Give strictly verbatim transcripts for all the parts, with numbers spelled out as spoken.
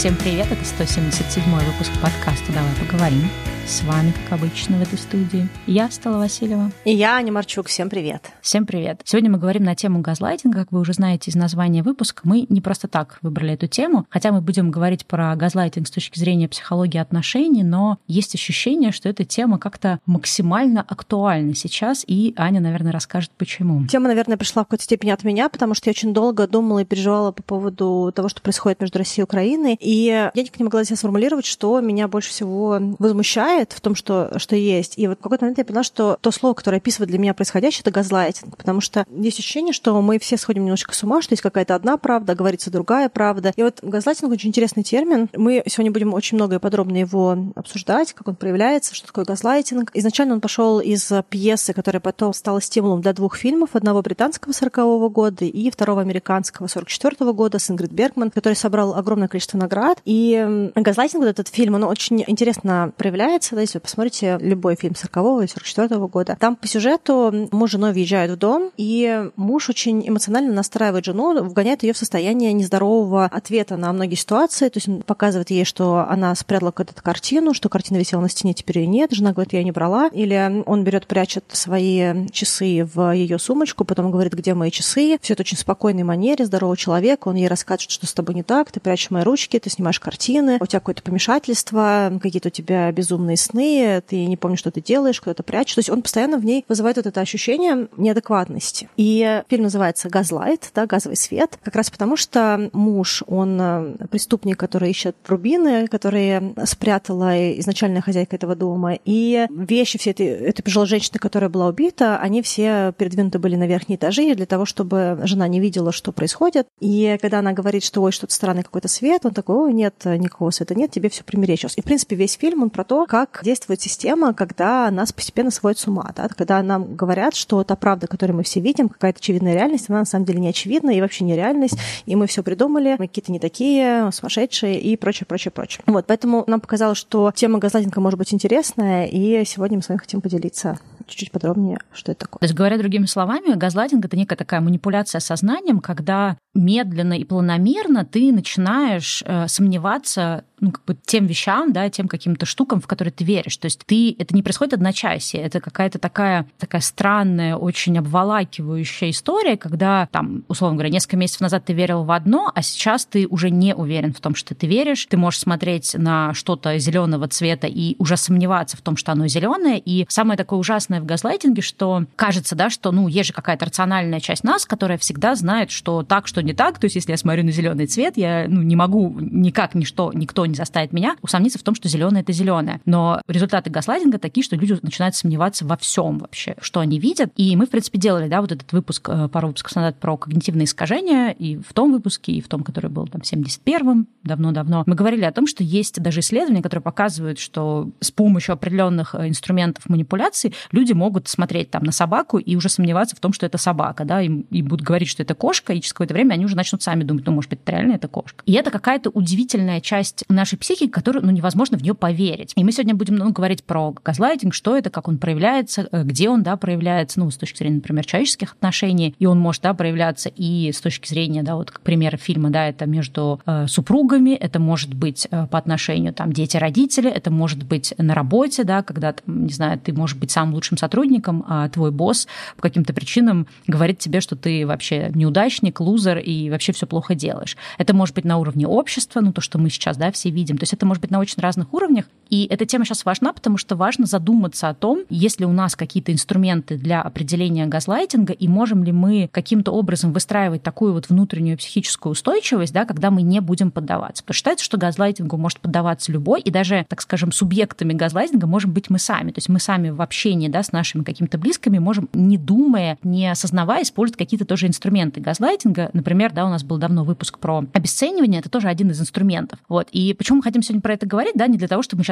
Всем привет, это сто семьдесят седьмой выпуск подкаста «Давай поговорим». С вами, как обычно, в этой студии я, Стелла Васильева. И я, Аня Марчук. Всем привет. Всем привет. Сегодня мы говорим на тему газлайтинга. Как вы уже знаете из названия выпуска, мы не просто так выбрали эту тему, хотя мы будем говорить про газлайтинг с точки зрения психологии отношений, но есть ощущение, что эта тема как-то максимально актуальна сейчас, и Аня, наверное, расскажет, почему. Тема, наверное, пришла в какой-то степени от меня, потому что я очень долго думала и переживала по поводу того, что происходит между Россией и Украиной, и я никак не могла для себя сформулировать, что меня больше всего возмущает в том, что, что есть. И вот в какой-то момент я поняла, что то слово, которое описывает для меня происходящее, это газлайтинг, потому что есть ощущение, что мы все сходим немножко с ума, что есть какая-то одна правда, говорится другая правда. И вот газлайтинг очень интересный термин. Мы сегодня будем очень много и подробно его обсуждать, как он проявляется, что такое газлайтинг. Изначально он пошел из пьесы, которая потом стала стимулом для двух фильмов, одного британского сорокового года и второго американского сорок четвёртого года с Ингрид Бергман, который собрал огромное количество наград. И газлайтинг, вот этот фильм, он очень интересно проявляется. Да, если вы посмотрите любой фильм сорокового и сорок четвёртого года, там по сюжету муж с женой въезжают в дом, и муж очень эмоционально настраивает жену, вгоняет ее в состояние нездорового ответа на многие ситуации. То есть он показывает ей, что она спрятала какую-то картину, что картина висела на стене, теперь ее нет. Жена говорит, я ее не брала. Или он берет, прячет свои часы в ее сумочку, потом говорит, где мои часы. Все это очень спокойной манере здорового человека. Он ей расскажет, что с тобой не так, ты прячешь мои ручки, ты снимаешь картины, у тебя какое-то помешательство, какие-то у тебя безумные сны, ты не помнишь, что ты делаешь, куда-то прячешь. То есть он постоянно в ней вызывает вот это ощущение неадекватности. И фильм называется «Газлайт», да, «Газовый свет», как раз потому, что муж, он преступник, который ищет рубины, которые спрятала изначальная хозяйка этого дома, и вещи всей этой, этой пожилой женщины, которая была убита, они все передвинуты были на верхние этажи для того, чтобы жена не видела, что происходит. И когда она говорит, что ой, что-то странный какой-то свет, он такой, ой, нет, никакого света нет, тебе все примерещилось. И, в принципе, весь фильм, он про то, как действует система, когда нас постепенно сводят с ума, да? Когда нам говорят, что та правда, которую мы все видим, какая-то очевидная реальность, она на самом деле не очевидна и вообще не реальность, и мы все придумали, мы какие-то не такие, сумасшедшие и прочее, прочее, прочее. Вот, поэтому нам показалось, что тема газлайтинга может быть интересная, и сегодня мы с вами хотим поделиться чуть-чуть подробнее, что это такое. То есть, говоря другими словами, газлайтинг — это некая такая манипуляция сознанием, когда медленно и планомерно ты начинаешь э, сомневаться, ну, как бы тем вещам, да, тем каким-то штукам, в которые ты веришь. То есть ты, это не происходит одночасье, это какая-то такая, такая странная, очень обволакивающая история, когда, там, условно говоря, несколько месяцев назад ты верил в одно, а сейчас ты уже не уверен в том, что ты веришь. Ты можешь смотреть на что-то зеленого цвета и уже сомневаться в том, что оно зеленое. И самое такое ужасное в газлайтинге, что кажется, да, что, ну, есть же какая-то рациональная часть нас, которая всегда знает, что так, что не так. То есть если я смотрю на зеленый цвет, я, ну, не могу никак, ничто, никто не заставит меня усомниться в том, что зеленое это зеленое. Но результаты газлайтинга такие, что люди начинают сомневаться во всем вообще, что они видят. И мы, в принципе, делали, да, вот этот выпуск, пару выпусков назад про когнитивные искажения, и в том выпуске, и в том, который был там в семьдесят первом, давно-давно. Мы говорили о том, что есть даже исследования, которые показывают, что с помощью определенных инструментов манипуляции люди могут смотреть там на собаку и уже сомневаться в том, что это собака, да, и, и будут говорить, что это кошка, и через какое-то время они уже начнут сами думать, ну, может быть, это реально это кошка. И это какая-то удивительная часть нашей психики, которую, ну, невозможно в нее поверить. И мы сегодня будем, ну, говорить про газлайтинг, что это, как он проявляется, где он, да, проявляется, ну, с точки зрения, например, человеческих отношений, и он может, да, проявляться и с точки зрения, да, вот, к примеру, фильма, да, это между э, супругами, это может быть э, по отношению, там, дети-родители, это может быть на работе, да, когда, там, не знаю, ты можешь быть самым лучшим сотрудником, а твой босс по каким-то причинам говорит тебе, что ты вообще неудачник, лузер и вообще все плохо делаешь. Это может быть на уровне общества, ну, то, что мы сейчас, да, все видим. То есть это может быть на очень разных уровнях. И эта тема сейчас важна, потому что важно задуматься о том, есть ли у нас какие-то инструменты для определения газлайтинга, и можем ли мы каким-то образом выстраивать такую вот внутреннюю психическую устойчивость, да, когда мы не будем поддаваться. Потому что считается, что газлайтингу может поддаваться любой, и даже, так скажем, субъектами газлайтинга можем быть мы сами. То есть мы сами в общении, да, с нашими какими-то близкими можем, не думая, не осознавая, использовать какие-то тоже инструменты газлайтинга. Например, да, у нас был давно выпуск про обесценивание, это тоже один из инструментов. Вот. И почему мы хотим сегодня про это говорить, да, не для того, чтобы мы сейчас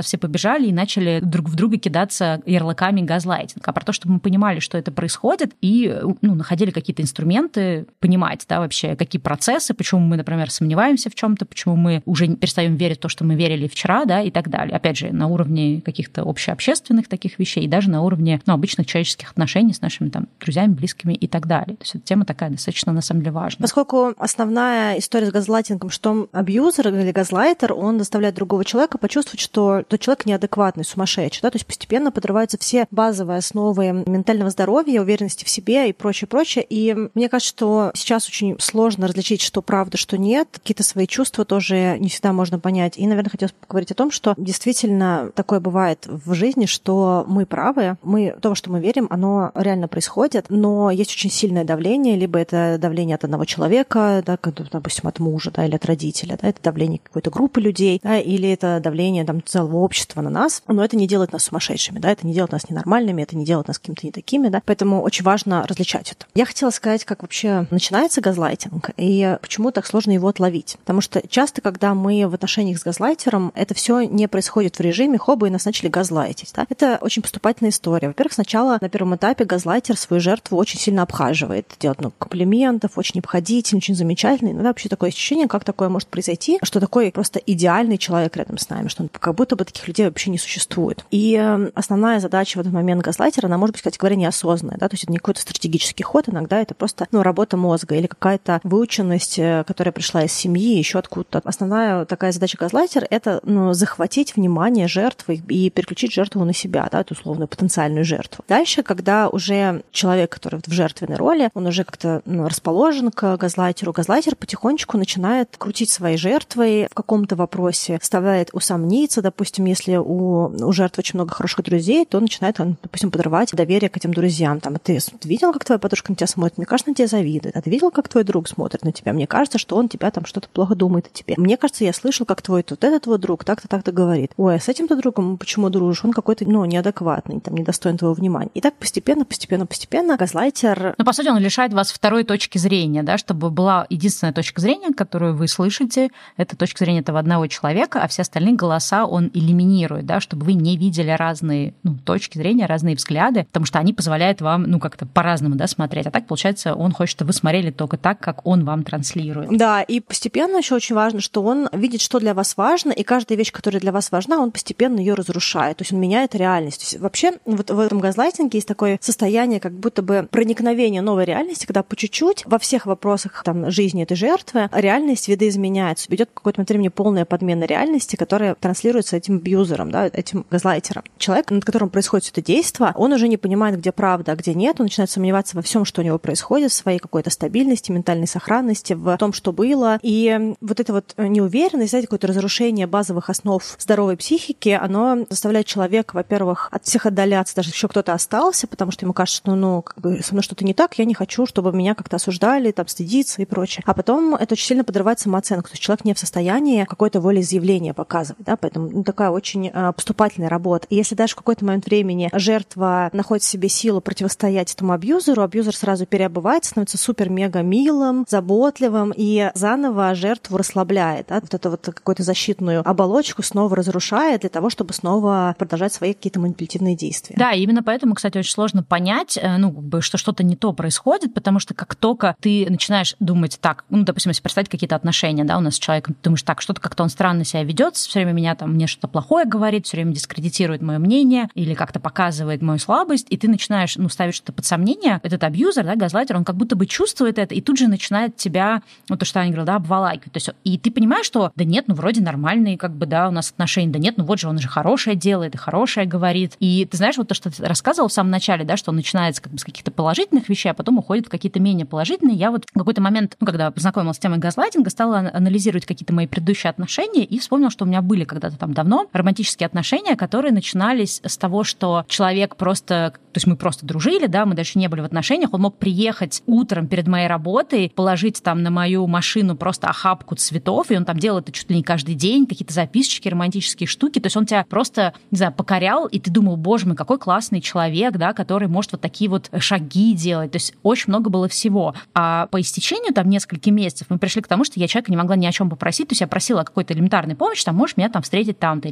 все побежали и начали друг в друга кидаться ярлыками газлайтинг, а про то, чтобы мы понимали, что это происходит, и ну, находили какие-то инструменты понимать, да, вообще, какие процессы, почему мы, например, сомневаемся в чем-то, почему мы уже перестаем верить в то, что мы верили вчера, да, и так далее. Опять же, на уровне каких-то общеобщественных таких вещей, и даже на уровне ну, обычных человеческих отношений с нашими там друзьями, близкими и так далее. То есть эта тема такая достаточно, на самом деле, важная. Поскольку основная история с газлайтингом, что абьюзер или газлайтер, он заставляет другого человека почувствовать, что тот человек неадекватный, сумасшедший, да, то есть постепенно подрываются все базовые основы ментального здоровья, уверенности в себе и прочее, прочее. И мне кажется, что сейчас очень сложно различить, что правда, что нет. Какие-то свои чувства тоже не всегда можно понять. И, наверное, хотелось поговорить о том, что действительно такое бывает в жизни, что мы правы, мы, то, во что мы верим, оно реально происходит, но есть очень сильное давление, либо это давление от одного человека, да, допустим, от мужа, да, или от родителя, да, это давление какой-то группы людей, да, или это давление там, целого общества на нас, но это не делает нас сумасшедшими, да, это не делает нас ненормальными, это не делает нас какими-то не такими, да, поэтому очень важно различать это. Я хотела сказать, как вообще начинается газлайтинг и почему так сложно его отловить, потому что часто, когда мы в отношениях с газлайтером, это все не происходит в режиме хоба и нас начали газлайтить, да, это очень поступательная история. Во-первых, сначала на первом этапе газлайтер свою жертву очень сильно обхаживает, делает много комплиментов, очень обходительный, очень замечательный, но да, вообще такое ощущение, как такое может произойти, что такой просто идеальный человек рядом с нами, что он, как будто бы таких людей вообще не существует. И основная задача в этот момент газлайтера, она может быть, кстати говоря, неосознанная, да, то есть это не какой-то стратегический ход, иногда это просто ну, работа мозга или какая-то выученность, которая пришла из семьи, еще откуда-то. Основная такая задача газлайтера — это ну, захватить внимание жертвы и переключить жертву на себя, да, эту условную потенциальную жертву. Дальше, когда уже человек, который в жертвенной роли, он уже как-то ну, расположен к газлайтеру, газлайтер потихонечку начинает крутить своей жертвой в каком-то вопросе, заставляет усомниться, допустим, если у, у жертвы очень много хороших друзей, то начинает он, допустим, подрывать доверие к этим друзьям. Там, ты видел, как твоя подружка на тебя смотрит? Мне кажется, на тебя завидует. А ты видел, как твой друг смотрит на тебя? Мне кажется, что он тебя там что-то плохо думает о тебе. Мне кажется, я слышал, как твой вот этот твой друг так-то, так-то говорит. Ой, а с этим-то другом почему дружишь? Он какой-то, ну, неадекватный, там, недостоин твоего внимания. И так постепенно, постепенно, постепенно газлайтер... Ну, по сути, он лишает вас второй точки зрения, да, чтобы была единственная точка зрения, которую вы слышите, это точка зрения этого одного человека, а все остальные голоса он элиминирует, да, чтобы вы не видели разные ну, точки зрения, разные взгляды, потому что они позволяют вам, ну, как-то по-разному, да, смотреть. А так, получается, он хочет, чтобы вы смотрели только так, как он вам транслирует. Да, и постепенно еще очень важно, что он видит, что для вас важно, и каждая вещь, которая для вас важна, он постепенно ее разрушает. То есть он меняет реальность. То есть вообще вот в этом газлайтинге есть такое состояние, как будто бы проникновение новой реальности, когда по чуть-чуть во всех вопросах там, жизни этой жертвы реальность видоизменяется. Идет в какой-то момент времени полная подмена реальности, которая транслируется этим абьюзером, да, этим газлайтером. Человек, над которым происходит все это действие, он уже не понимает, где правда, а где нет. Он начинает сомневаться во всем, что у него происходит, в своей какой-то стабильности, ментальной сохранности, в том, что было. И вот эта вот неуверенность, знаете, какое-то разрушение базовых основ здоровой психики, оно заставляет человека, во-первых, от всех отдаляться, даже еще кто-то остался, потому что ему кажется, что, ну, как бы со мной что-то не так, я не хочу, чтобы меня как-то осуждали, там, стыдиться и прочее. А потом это очень сильно подрывает самооценку. То есть человек не в состоянии какое-то волеизъявление показывать, да, поэтому ну, такая очень а, поступательная работа. И если даже в какой-то момент времени жертва находит в себе силу противостоять этому абьюзеру, абьюзер сразу переобувает, становится супер-мега милым, заботливым и заново жертву расслабляет, да, вот эту вот какую-то защитную оболочку снова разрушает для того, чтобы снова продолжать свои какие-то манипулятивные действия. Да, именно поэтому, кстати, очень сложно понять, ну, как бы, что что-то не то происходит, потому что как только ты начинаешь думать так, ну, допустим, если представить какие-то отношения, да, у нас с человеком, ты думаешь, так, что-то как-то он странно себя ведет, все время меня там, мне что-то плохое говорит, все время дискредитирует мое мнение или как-то показывает мою слабость, и ты начинаешь, ну, ставить что-то под сомнение, этот абьюзер, да, газлайтер, он как будто бы чувствует это, и тут же начинает тебя, ну, то, что Аня говорила, да, обволакивать. То есть, и ты понимаешь, что да нет, ну, вроде нормальные, как бы, да, у нас отношения, да нет, ну, вот же он же хорошее делает и хорошее говорит. И ты знаешь, вот то, что ты рассказывал в самом начале, да, что он начинается как бы с каких-то положительных вещей, а потом уходит в какие-то менее положительные. Я вот в какой-то момент, ну, когда познакомилась с темой газлайтинга, стала анализировать какие-то мои предыдущие отношения и вспомнила, что у меня были когда-то там давно романтические отношения, которые начинались с того, что человек просто, то есть мы просто дружили, да, мы дальше не были в отношениях, он мог приехать утром перед моей работой, положить там на мою машину просто охапку цветов, и он там делал это чуть ли не каждый день, какие-то записочки, романтические штуки, то есть он тебя просто, не знаю, покорял, и ты думал, боже мой, какой классный человек, да, который может вот такие вот шаги делать, то есть очень много было всего. А по истечению там нескольких месяцев мы пришли к тому, что я человека не могла ни о чем попросить, то есть я просила какой-то элементарной помощи, там, можешь меня там встретить там-то, или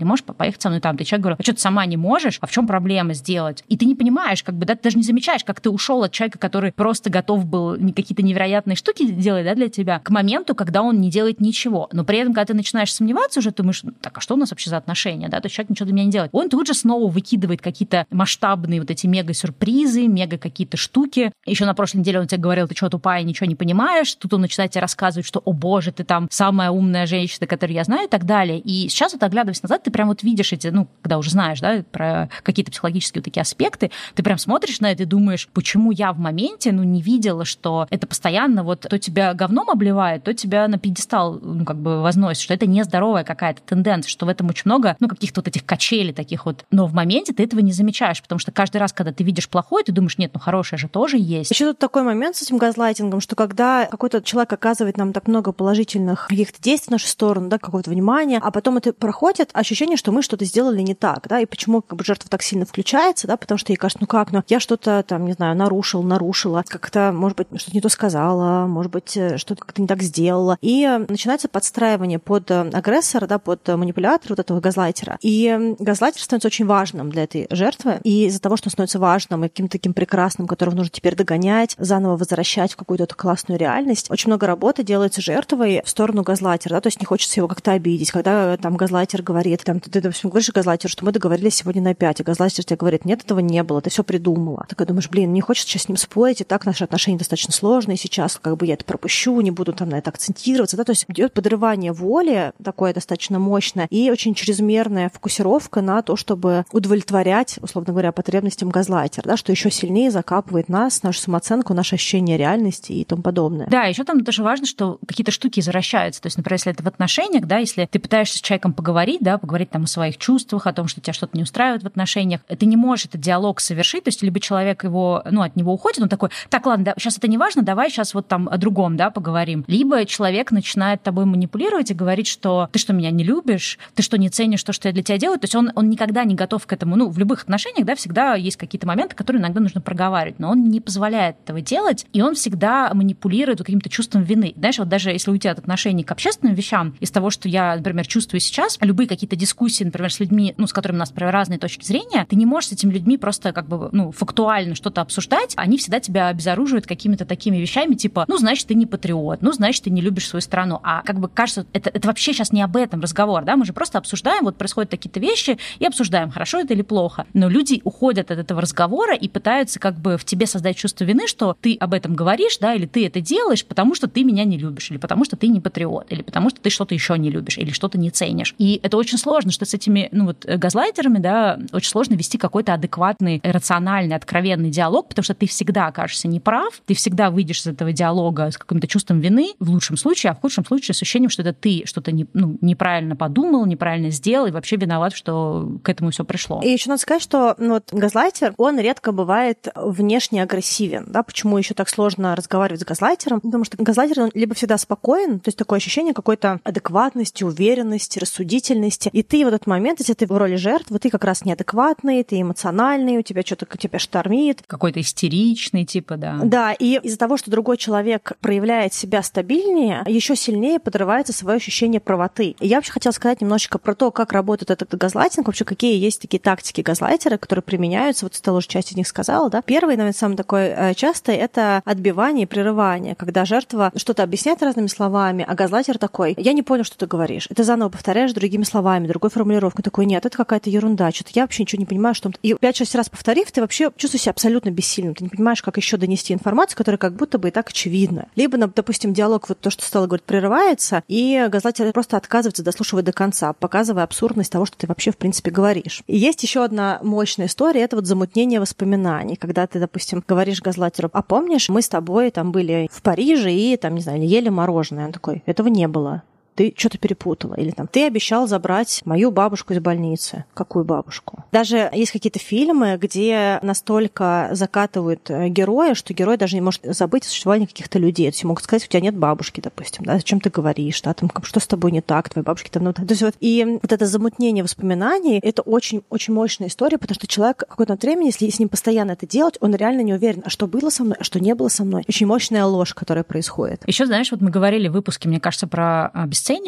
можешь поехать со мной там? Ты человек говорит, а что ты сама не можешь? А в чем проблема сделать? И ты не понимаешь, как бы, да, ты даже не замечаешь, как ты ушел от человека, который просто готов был какие-то невероятные штуки делать, да, для тебя, к моменту, когда он не делает ничего. Но при этом, когда ты начинаешь сомневаться, уже думаешь, так, а что у нас вообще за отношения, да, то есть человек ничего для меня не делает. Он тут же снова выкидывает какие-то масштабные вот эти мега-сюрпризы, мега какие-то штуки. Еще на прошлой неделе он тебе говорил, ты что, тупая, ничего не понимаешь. Тут он начинает тебе рассказывать, что, о боже, ты там самая умная женщина, которую я знаю, и так далее. И сейчас, вот оглядываясь назад, ты прям вот видишь эти, ну, когда уже знаешь, да, про какие-то психологические вот такие аспекты, ты прям смотришь на это и думаешь, почему я в моменте, ну, не видела, что это постоянно вот то тебя говном обливает, то тебя на пьедестал, ну, как бы возносит, что это нездоровая какая-то тенденция, что в этом очень много, ну, каких-то вот этих качелей таких вот. Но в моменте ты этого не замечаешь, потому что каждый раз, когда ты видишь плохое, ты думаешь, нет, ну, хорошее же тоже есть. Еще тут такой момент с этим газлайтингом, что когда какой-то человек оказывает нам так много положительных каких-то действий в нашу сторону, да, какого-то внимания, а потом это проходит, ощущение, что мы что-то сделали не так, да, и почему как бы жертва так сильно включается, да, потому что ей кажется, ну как, ну я что-то там, не знаю, нарушил, нарушила, как-то, может быть, что-то не то сказала, может быть, что-то как-то не так сделала. И начинается подстраивание под агрессора, да, под манипулятора, вот этого газлайтера. И газлайтер становится очень важным для этой жертвы. И из-за того, что он становится важным и каким-то таким прекрасным, которого нужно теперь догонять, заново возвращать в какую-то эту классную реальность, очень много работы делается жертвой в сторону газлайтера, да, то есть не хочется его как-то обидеть. Когда там газлайтер говорит, там, ты, допустим, говоришь газлайтеру, что мы договорились сегодня на пять, а газлайтер тебе говорит, нет, этого не было, ты все придумала. Ты думаешь, блин, не хочется сейчас с ним спорить, и так наши отношения достаточно сложные сейчас, как бы я это пропущу, не буду там на это акцентироваться, да, то есть идет подрывание воли, такое достаточно мощное, и очень чрезмерная фокусировка на то, чтобы удовлетворять, условно говоря, потребностям газлайтера, да, что еще сильнее закапывает нас, нашу самооценку, наше ощущение реальности и тому подобное. Да, еще там тоже важно, что какие-то штуки извращаются, то есть, например, если это в отношениях, да, если ты пытаешься с человеком поговорить, да, поговорить там о своих чувствах, о том, что тебя что-то не устраивает в отношениях, ты не можешь этот диалог совершить, то есть либо человек его, ну, от него уходит, он такой, так, ладно, да, сейчас это не важно, давай сейчас вот там о другом, да, поговорим. Либо человек начинает тобой манипулировать и говорить, что ты что, меня не любишь, ты что, не ценишь то, что я для тебя делаю, то есть он, он никогда не готов к этому, ну, в любых отношениях, да, всегда есть какие-то моменты, которые иногда нужно проговаривать, но он не позволяет этого делать, и он всегда манипулирует каким-то чувством вины. Знаешь, вот даже если уйти от отношений к общественным вещам, из того, что я, например, чувствую сейчас, любые какие-то дискуссии, например, с людьми, ну, с которыми у нас, например, разные точки зрения, ты не можешь с этими людьми просто как бы, ну, фактуально что-то обсуждать, они всегда тебя обезоруживают какими-то такими вещами, типа, ну, значит, ты не патриот, ну, значит, ты не любишь свою страну. А как бы кажется, это, это вообще сейчас не об этом разговор, да, мы же просто обсуждаем, вот происходят какие-то вещи и обсуждаем, хорошо это или плохо. Но люди уходят от этого разговора и пытаются как бы в тебе создать чувство вины, что ты об этом говоришь, да, или ты это делаешь, потому что ты меня не любишь, или потому что ты не патриот, или потому что ты что-то еще не любишь, или что-то не ценишь. И это очень сложно, что с этими, ну, вот, газлайтерами, да, очень сложно вести какой-то адекватный, рациональный, откровенный диалог, потому что ты всегда окажешься неправ, ты всегда выйдешь из этого диалога с каким-то чувством вины, в лучшем случае, а в худшем случае с ощущением, что это ты что-то не, ну, неправильно подумал, неправильно сделал и вообще виноват, что к этому все пришло. И еще надо сказать, что ну, вот, газлайтер, он редко бывает внешне агрессивен. Да? Почему еще так сложно разговаривать с газлайтером? Потому что газлайтер он либо всегда спокоен, то есть такое ощущение какой-то адекватности, уверенности, рассудительности. И ты в этот момент, если ты в роли жертвы, ты как раз неадекватный, ты эмоциональный, у тебя что-то тебя штормит. Какой-то истеричный, типа, да. Да, и из-за того, что другой человек проявляет себя стабильнее, еще сильнее подрывается свое ощущение правоты. И я вообще хотела сказать немножечко про то, как работает этот газлайтинг, вообще какие есть такие тактики газлайтера, которые применяются. Вот Стелла уже часть из них сказала, да. Первый, наверное, самый такой частый — это отбивание и прерывание, когда жертва что-то объясняет разными словами, а газлайтер такой: я не понял, что ты говоришь. Это заново повторяешь другими словами, другой формулировкой. Такой: нет, это какая-то ерунда, что-то я вообще ничего не понимаю, что... И пять-шесть раз повторив, ты вообще чувствуешь себя абсолютно бессильным. Ты не понимаешь, как еще донести информацию, которая как будто бы и так очевидна. Либо, допустим, диалог, вот то, что Стелла говорит, прерывается, и газлайтер просто отказывается дослушивать до конца, показывая абсурдность того, что ты вообще, в принципе, говоришь. И есть еще одна мощная история — это вот замутнение воспоминаний, когда ты, допустим, говоришь газлайтеру: а помнишь, мы с тобой там были в Париже и, там, не знаю, ели мороженое? Он такой: этого не было. Ты что-то перепутала. Или там: ты обещал забрать мою бабушку из больницы. Какую бабушку? Даже есть какие-то фильмы, где настолько закатывают героя, что герой даже не может забыть о существовании каких-то людей. То есть могут сказать: у тебя нет бабушки, допустим, да, зачем ты говоришь, да, там, что с тобой не так, твоей бабушки там... Ну, то есть вот, и вот это замутнение воспоминаний — это очень-очень мощная история, потому что человек какое-то время, если с ним постоянно это делать, он реально не уверен, а что было со мной, а что не было со мной. Очень мощная ложь, которая происходит. Еще, знаешь, вот мы говорили в выпуске, мне кажется, про обесценивание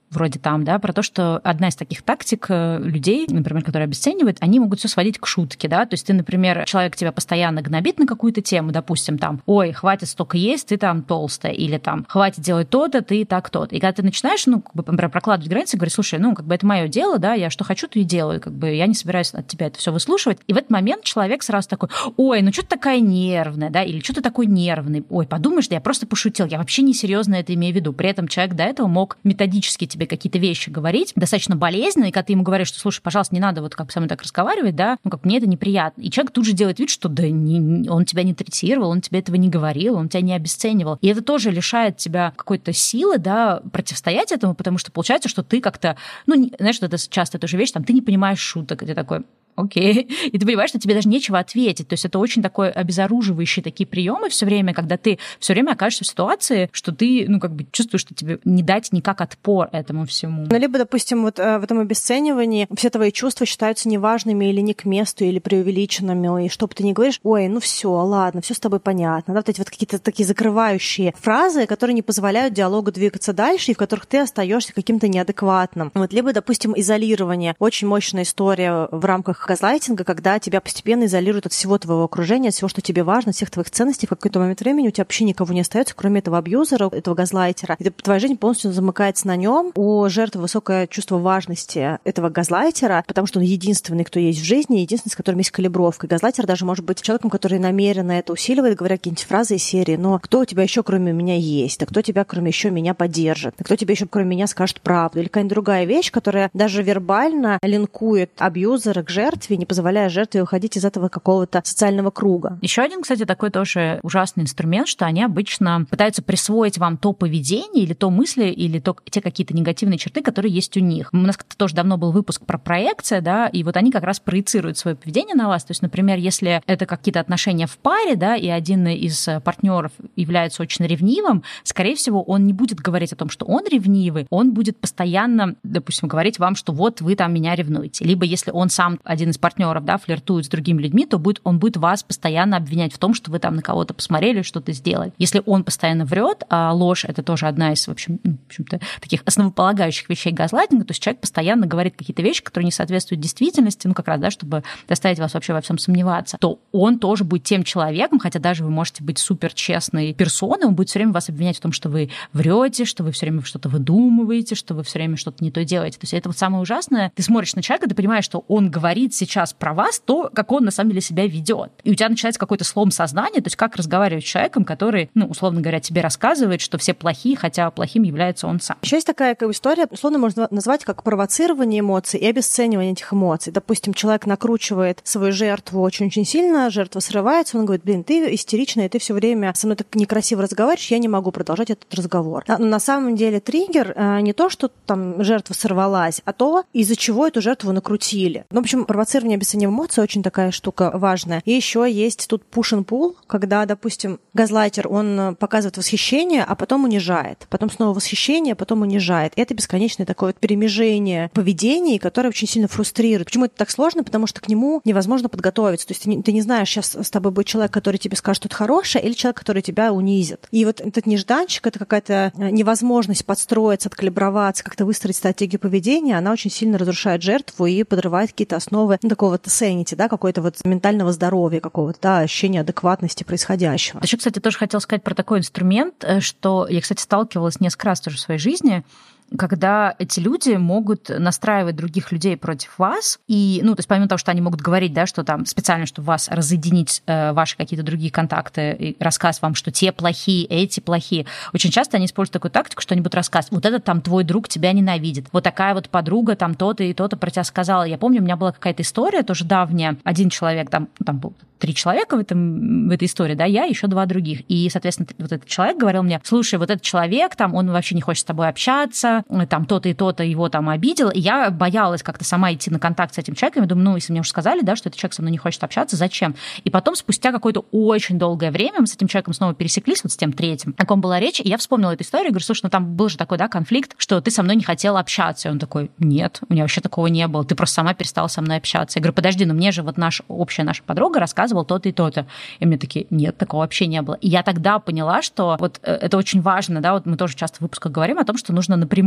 вроде там, да, про то, что одна из таких тактик людей, например, которые обесценивают, они могут все сводить к шутке, да, то есть ты, например, человек тебя постоянно гнобит на какую-то тему, допустим, там, ой, хватит столько есть, ты там толстая, или там, хватит делать то-то, ты так то-то. И когда ты начинаешь, ну, как бы, например, прокладывать границы, говоришь, слушай, ну, как бы это мое дело, да, я что хочу, то и делаю, как бы я не собираюсь от тебя это все выслушивать. И в этот момент человек сразу такой, ой, ну что ты такая нервная, да, или что ты такой нервный, ой, подумаешь, да я просто пошутил, я вообще не серьезно это имею в виду. При этом человек до этого мог методически тебе какие-то вещи говорить, достаточно болезненно, и когда ты ему говоришь, что, слушай, пожалуйста, не надо вот как со мной так разговаривать, да, ну, как мне это неприятно. И человек тут же делает вид, что да, не, он тебя не третировал, он тебе этого не говорил, он тебя не обесценивал. И это тоже лишает тебя какой-то силы, да, противостоять этому, потому что получается, что ты как-то, ну, не, знаешь, это часто тоже вещь, там, ты не понимаешь шуток, ты такой, окей. И ты понимаешь, что тебе даже нечего ответить. То есть это очень такой обезоруживающие такие приемы все время, когда ты все время окажешься в ситуации, что ты, ну, как бы чувствуешь, что тебе не дать никак отпор этому всему. Ну, либо, допустим, вот в этом обесценивании все твои чувства считаются неважными или не к месту, или преувеличенными, и что бы ты ни говоришь, ой, ну все, ладно, все с тобой понятно. Да, вот эти вот какие-то такие закрывающие фразы, которые не позволяют диалогу двигаться дальше, и в которых ты остаешься каким-то неадекватным. Вот, либо, допустим, изолирование. Очень мощная история в рамках газлайтинга, когда тебя постепенно изолируют от всего твоего окружения, от всего, что тебе важно, от всех твоих ценностей. В какой-то момент времени у тебя вообще никого не остается, кроме этого абьюзера, этого газлайтера. И твоя жизнь полностью замыкается на нем. У жертвы высокое чувство важности этого газлайтера, потому что он единственный, кто есть в жизни, единственный, с которым есть калибровка. И газлайтер даже может быть человеком, который намеренно это усиливает, говоря какие-нибудь фразы из серии: но кто у тебя еще кроме меня есть? Да кто тебя кроме еще меня поддержит? Да кто тебе еще кроме меня скажет правду? Или какая-нибудь другая вещь, которая даже вербально линкует абьюзера к жертве, не позволяя жертве уходить из этого какого-то социального круга. Еще один, кстати, такой тоже ужасный инструмент, что они обычно пытаются присвоить вам то поведение или то мысли, или то, те какие-то негативные черты, которые есть у них. У нас как-то тоже давно был выпуск про проекция, да, и вот они как раз проецируют свое поведение на вас. То есть, например, если это какие-то отношения в паре, да, и один из партнеров является очень ревнивым, скорее всего, он не будет говорить о том, что он ревнивый, он будет постоянно, допустим, говорить вам, что вот вы там меня ревнуете. Либо если он сам, один из партнеров, да, флиртует с другими людьми, то будет, он будет вас постоянно обвинять в том, что вы там на кого-то посмотрели, что-то сделали. Если он постоянно врет, а ложь — это тоже одна из, в общем, ну, в общем-то, таких основополагающих вещей газлайтинга, то есть человек постоянно говорит какие-то вещи, которые не соответствуют действительности, ну, как раз, да, чтобы заставить вас вообще во всем сомневаться, то он тоже будет тем человеком, хотя даже вы можете быть супер честной персоной, он будет все время вас обвинять в том, что вы врете, что вы все время что-то выдумываете, что вы все время что-то не то делаете. То есть это вот самое ужасное. Ты смотришь на человека, ты понимаешь, что он говорит сейчас про вас то, как он на самом деле себя ведет. И у тебя начинается какой-то слом сознания, то есть как разговаривать с человеком, который, ну, условно говоря, тебе рассказывает, что все плохие, хотя плохим является он сам. Еще есть такая как бы история, условно можно назвать как провоцирование эмоций и обесценивание этих эмоций. Допустим, человек накручивает свою жертву очень-очень сильно, жертва срывается, он говорит: блин, ты истеричная, ты все время со мной так некрасиво разговариваешь, я не могу продолжать этот разговор. Но на самом деле триггер не то, что там жертва сорвалась, а то, из-за чего эту жертву накрутили. Ну, в общем, провоцирование обесценивания эмоций очень такая штука важная. И еще есть тут push and pull, когда, допустим, газлайтер, он показывает восхищение, а потом унижает. Потом снова восхищение, а потом унижает. И это бесконечное такое вот перемежение поведений, которое очень сильно фрустрирует. Почему это так сложно? Потому что к нему невозможно подготовиться. То есть ты не, ты не знаешь, сейчас с тобой будет человек, который тебе скажет что-то хорошее, или человек, который тебя унизит. И вот этот нежданчик, это какая-то невозможность подстроиться, откалиброваться, как-то выстроить стратегию поведения, она очень сильно разрушает жертву и подрывает какие-то основы, ну, такого вот sanity, да, какой-то вот ментального здоровья, какого-то, да, ощущения адекватности происходящего. Еще, кстати, тоже хотела сказать про такой инструмент, что я, кстати, сталкивалась несколько раз тоже в своей жизни, когда эти люди могут настраивать других людей против вас. И, ну, то есть помимо того, что они могут говорить, да, что там специально, чтобы вас разъединить, э, ваши какие-то другие контакты, и рассказ вам, что те плохие, эти плохие. Очень часто они используют такую тактику, что они будут рассказывать: вот этот там твой друг тебя ненавидит, вот такая вот подруга там то-то и то-то про тебя сказала. Я помню, у меня была какая-то история тоже давняя. Один человек, там, там был три человека в, этом, в этой истории, да, я, еще два других. И, соответственно, вот этот человек говорил мне: слушай, вот этот человек, там, он вообще не хочет с тобой общаться, там, то-то и то-то его там обидел. И я боялась как-то сама идти на контакт с этим человеком. Я думаю, ну, если мне уже сказали, да, что этот человек со мной не хочет общаться, зачем? И потом, спустя какое-то очень долгое время, мы с этим человеком снова пересеклись, вот с тем третьим, о ком была речь, и я вспомнила эту историю, и говорю: слушай, ну, там был же такой, да, конфликт, что ты со мной не хотел общаться. И он такой: нет, у меня вообще такого не было, ты просто сама перестала со мной общаться. Я говорю: подожди, ну, мне же вот наша общая наша подруга рассказывала то-то и то-то. И мне такие: нет, такого вообще не было. И я тогда поняла, что вот это очень важно, да, вот мы тоже часто в выпусках говорим о том, что нужно напрямую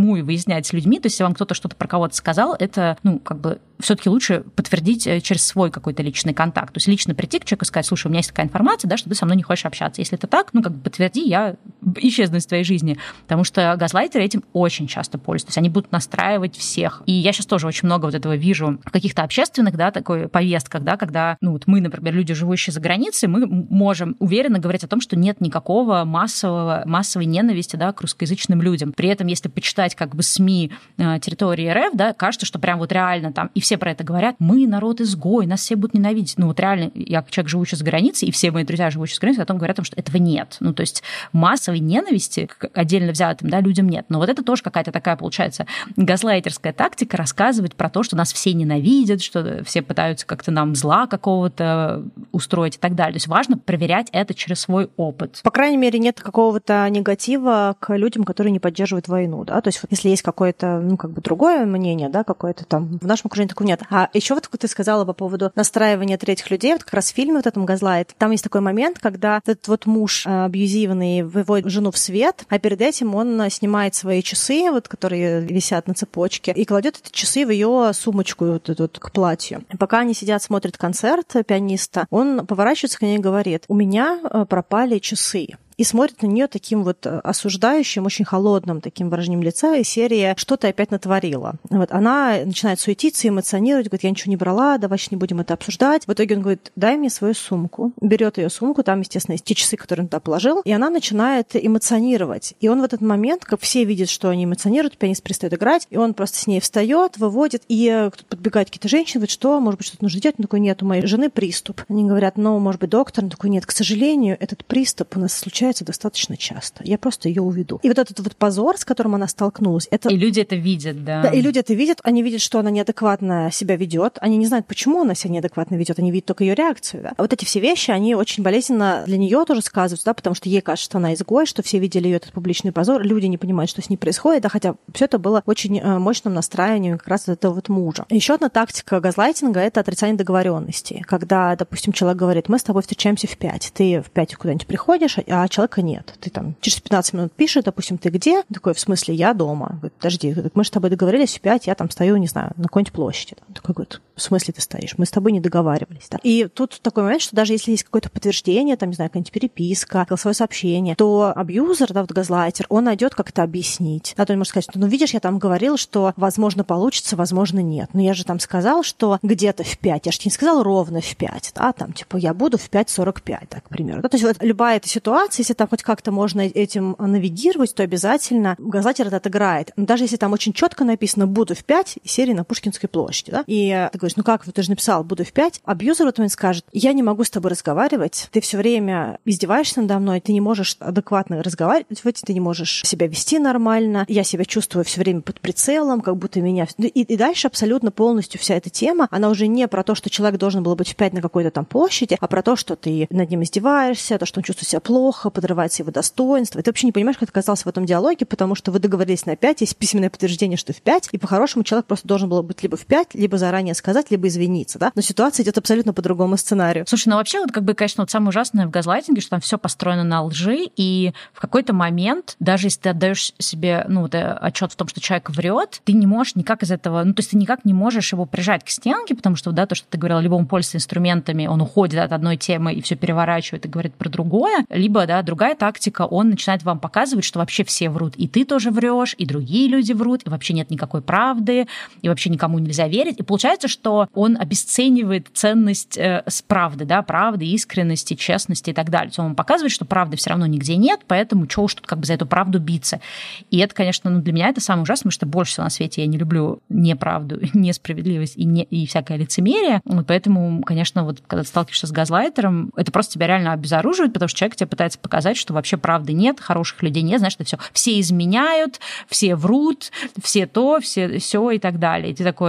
напрямую выяснять с людьми. То есть, если вам кто-то что-то про кого-то сказал, это, ну, как бы все-таки лучше подтвердить через свой какой-то личный контакт. То есть лично прийти к человеку и сказать: слушай, у меня есть такая информация, да, что ты со мной не хочешь общаться. Если это так, ну, как бы подтверди, я исчезну из твоей жизни. Потому что газлайтеры этим очень часто пользуются. То есть они будут настраивать всех. И я сейчас тоже очень много вот этого вижу в каких-то общественных, да, такой повестках, да, когда, ну, вот мы, например, люди, живущие за границей, мы можем уверенно говорить о том, что нет никакого массового, массовой ненависти, да, к русскоязычным людям. При этом, если почитать как бы СМИ э, территории РФ, да, кажется, что прям вот реально там, и все про это говорят: мы народ-изгой, нас все будут ненавидеть. Ну, вот реально, я как человек, живущий за границей, и все мои друзья, живущие за границей, о том говорят, что этого нет. Ну, то есть массовой ненависти к отдельно взятым, да, людям нет. Но вот это тоже какая-то такая, получается, газлайтерская тактика, рассказывать про то, что нас все ненавидят, что все пытаются как-то нам зла какого-то устроить и так далее. То есть важно проверять это через свой опыт. По крайней мере, нет какого-то негатива к людям, которые не поддерживают войну, да, то есть вот если есть какое-то, ну, как бы другое мнение, да, какое-то там, в нашем окружении такого нет. А еще вот ты сказала по поводу настраивания третьих людей, вот как раз в фильме вот этом «Газлайт», там есть такой момент, когда этот вот муж абьюзивный выводит жену в свет, а перед этим он снимает свои часы, вот, которые висят на цепочке, и кладет эти часы в ее сумочку вот эту вот к платью. И пока они сидят, смотрят концерт пианиста, он поворачивается к ней и говорит: у меня пропали часы. И смотрит на нее таким вот осуждающим, очень холодным таким выражением лица, и серия «Что ты опять натворила?». Вот она начинает суетиться, эмоционировать, говорит: я ничего не брала, давай сейчас не будем это обсуждать. В итоге он говорит: дай мне свою сумку. Берет ее сумку, там, естественно, есть те часы, которые он туда положил, и она начинает эмоционировать. И он в этот момент, как все видят, что они эмоционируют, пианист перестает играть, и он просто с ней встает, выводит, и подбегают какие-то женщины, говорят: что, может быть, что-то нужно делать? Он такой: нет, у моей жены приступ. Они говорят: ну, может быть, доктор? Он такой: нет, к сожалению, этот приступ у нас случается достаточно часто. Я просто ее уведу. И вот этот вот позор, с которым она столкнулась, это... И люди это видят, да. Да, и люди это видят. Они видят, что она неадекватно себя ведет. Они не знают, почему она себя неадекватно ведет. Они видят только ее реакцию. Да? А вот эти все вещи, они очень болезненно для нее тоже сказываются, да, потому что ей кажется, что она изгой, что все видели ее этот публичный позор. Люди не понимают, что с ней происходит, да, хотя все это было очень мощным настраиванием как раз этого вот мужа. Еще одна тактика газлайтинга — это отрицание договоренности. Когда, допустим, человек говорит: мы с тобой встречаемся в пять. Ты в пять куда-нибудь приходишь, а человека нет. Ты там через пятнадцать минут пишет, допустим: ты где? Он такой: в смысле, я дома. Говорит: подожди, мы же с тобой договорились в пять, я там стою, не знаю, на какой-нибудь площади. Он такой говорит: в смысле ты стоишь? Мы с тобой не договаривались. Да? И тут такой момент, что даже если есть какое-то подтверждение, там, не знаю, какая-нибудь переписка, голосовое сообщение, то абьюзер, да, вот газлайтер, он найдет как-то объяснить. Да, то он может сказать: ну, видишь, я там говорил, что возможно получится, возможно нет. Но я же там сказал, что где-то в пять. Я же тебе не сказал ровно в пять. Да, там, типа, я буду в пять сорок пять, так, к примеру. Да, то есть вот любая эта ситуация, если там хоть как-то можно этим навигировать, то обязательно газлайтер это отыграет. Но даже если там очень четко написано «буду в пять», серии на Пушкинской площади, да, и ты говоришь: ну как, ты же написал «буду в пять», абьюзер в этот момент скажет: я не могу с тобой разговаривать, ты все время издеваешься надо мной, ты не можешь адекватно разговаривать, ты не можешь себя вести нормально, я себя чувствую все время под прицелом, как будто меня... И, и дальше абсолютно полностью вся эта тема, она уже не про то, что человек должен был быть в пять на какой-то там площади, а про то, что ты над ним издеваешься, то, что он чувствует себя плохо, подрывается его достоинство. И ты вообще не понимаешь, как ты оказался в этом диалоге, потому что вы договорились на пять, есть письменное подтверждение, что в пять, и по-хорошему человек просто должен был быть либо в пять, либо заранее сказать, либо извиниться, да? Но ситуация идет абсолютно по другому сценарию. Слушай, ну вообще, вот как бы, конечно, вот самое ужасное в газлайтинге, что там все построено на лжи, и в какой-то момент, даже если ты отдаешь себе, ну, вот, отчет в том, что человек врет, ты не можешь никак из этого, ну, то есть ты никак не можешь его прижать к стенке, потому что, да, то, что ты говорила, либо он пользуется инструментами, он уходит от одной темы и все переворачивает и говорит про другое, либо, да, другая тактика, он начинает вам показывать, что вообще все врут, и ты тоже врешь, и другие люди врут, и вообще нет никакой правды, и вообще никому нельзя верить. И получается, что он обесценивает ценность э, с правды, да, правды, искренности, честности и так далее. Он показывает, что правды все равно нигде нет, поэтому чего уж тут как бы за эту правду биться. И это, конечно, ну, для меня это самое ужасное, потому что больше всего на свете я не люблю неправду, несправедливость и, не, и всякое лицемерие. Вот поэтому, конечно, вот когда ты сталкиваешься с газлайтером, это просто тебя реально обезоруживает, потому что человек тебе пытается показать, что вообще правды нет, хороших людей нет, знаешь, что все, все изменяют, все врут, все то, все все и так далее. И ты такой: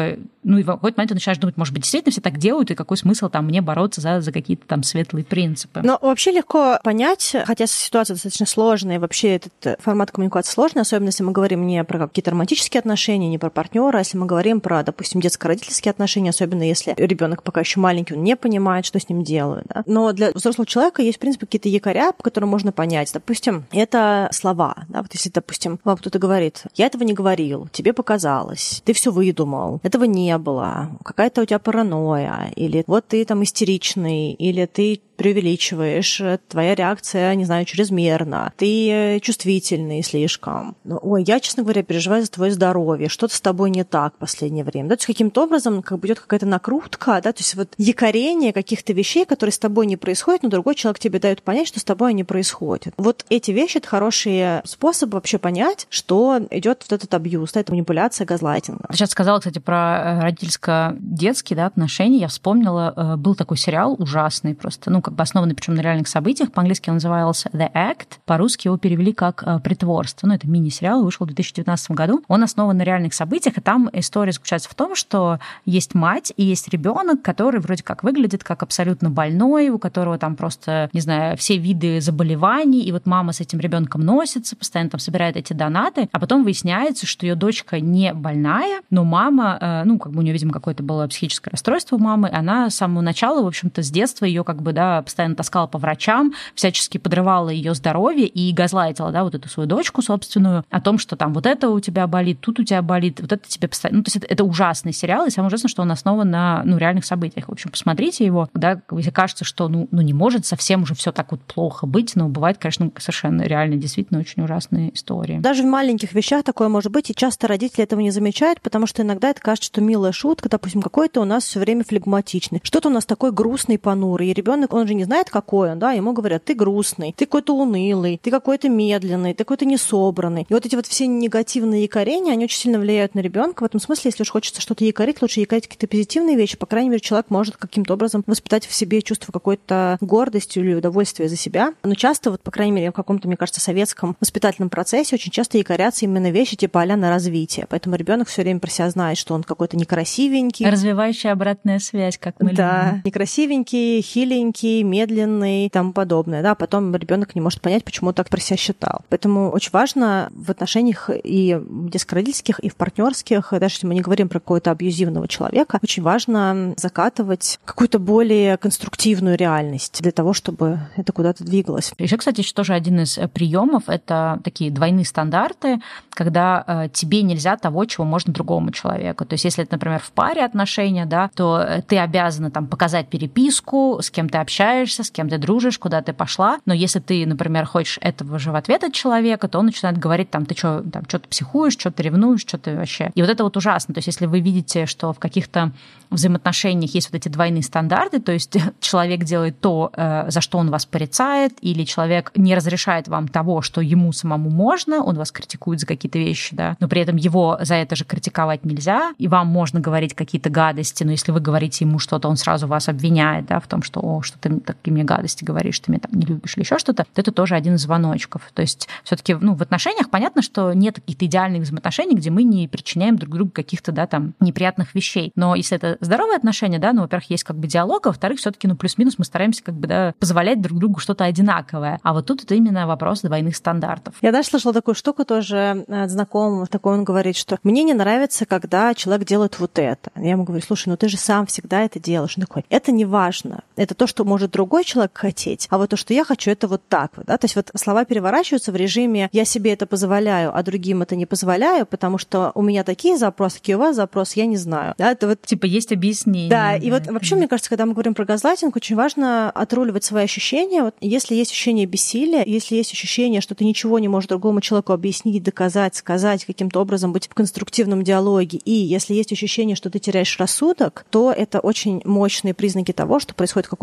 Ну и в какой-то момент ты начинаешь думать, может быть, действительно все так делают, и какой смысл там мне бороться за, за какие-то там светлые принципы. Но вообще легко понять, хотя ситуация достаточно сложная, и вообще этот формат коммуникации сложный, особенно если мы говорим не про какие-то романтические отношения, не про партнера, а если мы говорим про, допустим, детско-родительские отношения, особенно если ребенок пока еще маленький, он не понимает, что с ним делают. Да? Но для взрослого человека есть, в принципе, какие-то якоря, по которым можно понять. Допустим, это слова. Да? Вот если, допустим, вам кто-то говорит, я этого не говорил, тебе показалось, ты все выдумал, этого не было, какая-то у тебя паранойя, или вот ты там истеричный, или ты преувеличиваешь, твоя реакция, не знаю, чрезмерна, ты чувствительный слишком. Ой, я, честно говоря, переживаю за твое здоровье, что-то с тобой не так в последнее время. Да? То есть каким-то образом как бы идет какая-то накрутка, да? То есть вот якорение каких-то вещей, которые с тобой не происходят, но другой человек тебе дает понять, что с тобой они происходят. Вот эти вещи — это хороший способ вообще понять, что идет вот этот абьюз, да, это манипуляция, газлайтинг. Ты сейчас сказала, кстати, про родительско-детские, да, отношения. Я вспомнила, был такой сериал ужасный просто, ну, как бы основанный, причем на реальных событиях. По-английски он назывался The Act, по-русски его перевели как «Притворство». Ну, это мини-сериал, вышел в две тысячи девятнадцатом году. Он основан на реальных событиях, и там история заключается в том, что есть мать и есть ребенок, который вроде как выглядит как абсолютно больной, у которого там просто, не знаю, все виды заболеваний, и вот мама с этим ребенком носится, постоянно там собирает эти донаты, а потом выясняется, что ее дочка не больная, но мама, ну, как бы у нее, видимо, какое-то было психическое расстройство у мамы, она с самого начала, в общем-то, с детства ее как бы, да, постоянно таскала по врачам, всячески подрывала ее здоровье и газлайтила, да, вот эту свою дочку собственную о том, что там вот это у тебя болит, тут у тебя болит, вот это тебе постоянно... Ну, то есть это, это ужасный сериал, и самое ужасное, что он основан на, ну, реальных событиях. В общем, посмотрите его, да, если кажется, что, ну, ну не может совсем уже все так вот плохо быть, но бывает, конечно, совершенно реально, действительно очень ужасные истории. Даже в маленьких вещах такое может быть, и часто родители этого не замечают, потому что иногда это кажется, что милая шутка, допустим, какой-то у нас все время флегматичный, что-то у нас такой грустный, понурый, и ребенок, он же не знает, какой он, да, ему говорят, ты грустный, ты какой-то унылый, ты какой-то медленный, ты какой-то несобранный. И вот эти вот все негативные якорения, они очень сильно влияют на ребенка. В этом смысле, если уж хочется что-то якорить, лучше якорить какие-то позитивные вещи. По крайней мере, человек может каким-то образом воспитать в себе чувство какой-то гордости или удовольствия за себя. Но часто, вот, по крайней мере, в каком-то, мне кажется, советском воспитательном процессе очень часто якорятся именно вещи типа а-ля на развитие. Поэтому ребенок все время про себя знает, что он какой-то некрасивенький. Развивающая обратная связь, как мы да, любим. Некрасивенький, хиленький, медленный и тому подобное. Да, потом ребенок не может понять, почему он так про себя считал. Поэтому очень важно в отношениях и детско-родительских, и в партнерских, даже если мы не говорим про какого-то абьюзивного человека, очень важно закатывать какую-то более конструктивную реальность для того, чтобы это куда-то двигалось. Еще, кстати, еще тоже один из приемов — это такие двойные стандарты, когда э, тебе нельзя того, чего можно другому человеку. То есть, если это, например, в паре отношения, да, то ты обязана там показать переписку, с кем ты общаешься, с кем ты дружишь, куда ты пошла. Но если ты, например, хочешь этого же в ответ от человека, то он начинает говорить, там, ты что, там, что-то психуешь, что ты ревнуешь, что ты вообще... И вот это вот ужасно. То есть, если вы видите, что в каких-то взаимоотношениях есть вот эти двойные стандарты, то есть человек делает то, за что он вас порицает, или человек не разрешает вам того, что ему самому можно, он вас критикует за какие-то вещи, да, но при этом его за это же критиковать нельзя, и вам можно говорить какие-то гадости, но если вы говорите ему что-то, он сразу вас обвиняет, да, в том, что, о, что ты такие мне гадости говоришь, ты меня там не любишь или еще что-то, то это тоже один из звоночков. То есть все-таки, ну, в отношениях понятно, что нет каких-то идеальных взаимоотношений, где мы не причиняем друг другу каких-то, да, там, неприятных вещей. Но если это здоровые отношения, да, ну, во-первых, есть как бы диалог, а во-вторых, все-таки, ну, плюс-минус мы стараемся как бы, да, позволять друг другу что-то одинаковое. А вот тут это именно вопрос двойных стандартов. Я даже слышала такую штуку тоже от знакомого, такой он говорит, что мне не нравится, когда человек делает вот это. Я ему говорю, слушай, ну ты же сам всегда это делаешь. Он такой, это не важно. Это то, что может другой человек хотеть, а вот то, что я хочу, это вот так вот, да. То есть вот слова переворачиваются в режиме я себе это позволяю, а другим это не позволяю, потому что у меня такие запросы, какие у вас запросы, я не знаю. Да, это вот... Типа есть объяснение. Да, да, и вот вообще, мне кажется, когда мы говорим про газлайтинг, очень важно отруливать свои ощущения. Вот если есть ощущение бессилия, если есть ощущение, что ты ничего не можешь другому человеку объяснить, доказать, сказать, каким-то образом быть в конструктивном диалоге, и если есть ощущение, что ты теряешь рассудок, то это очень мощные признаки того, что происходит какой-то газлайтинг,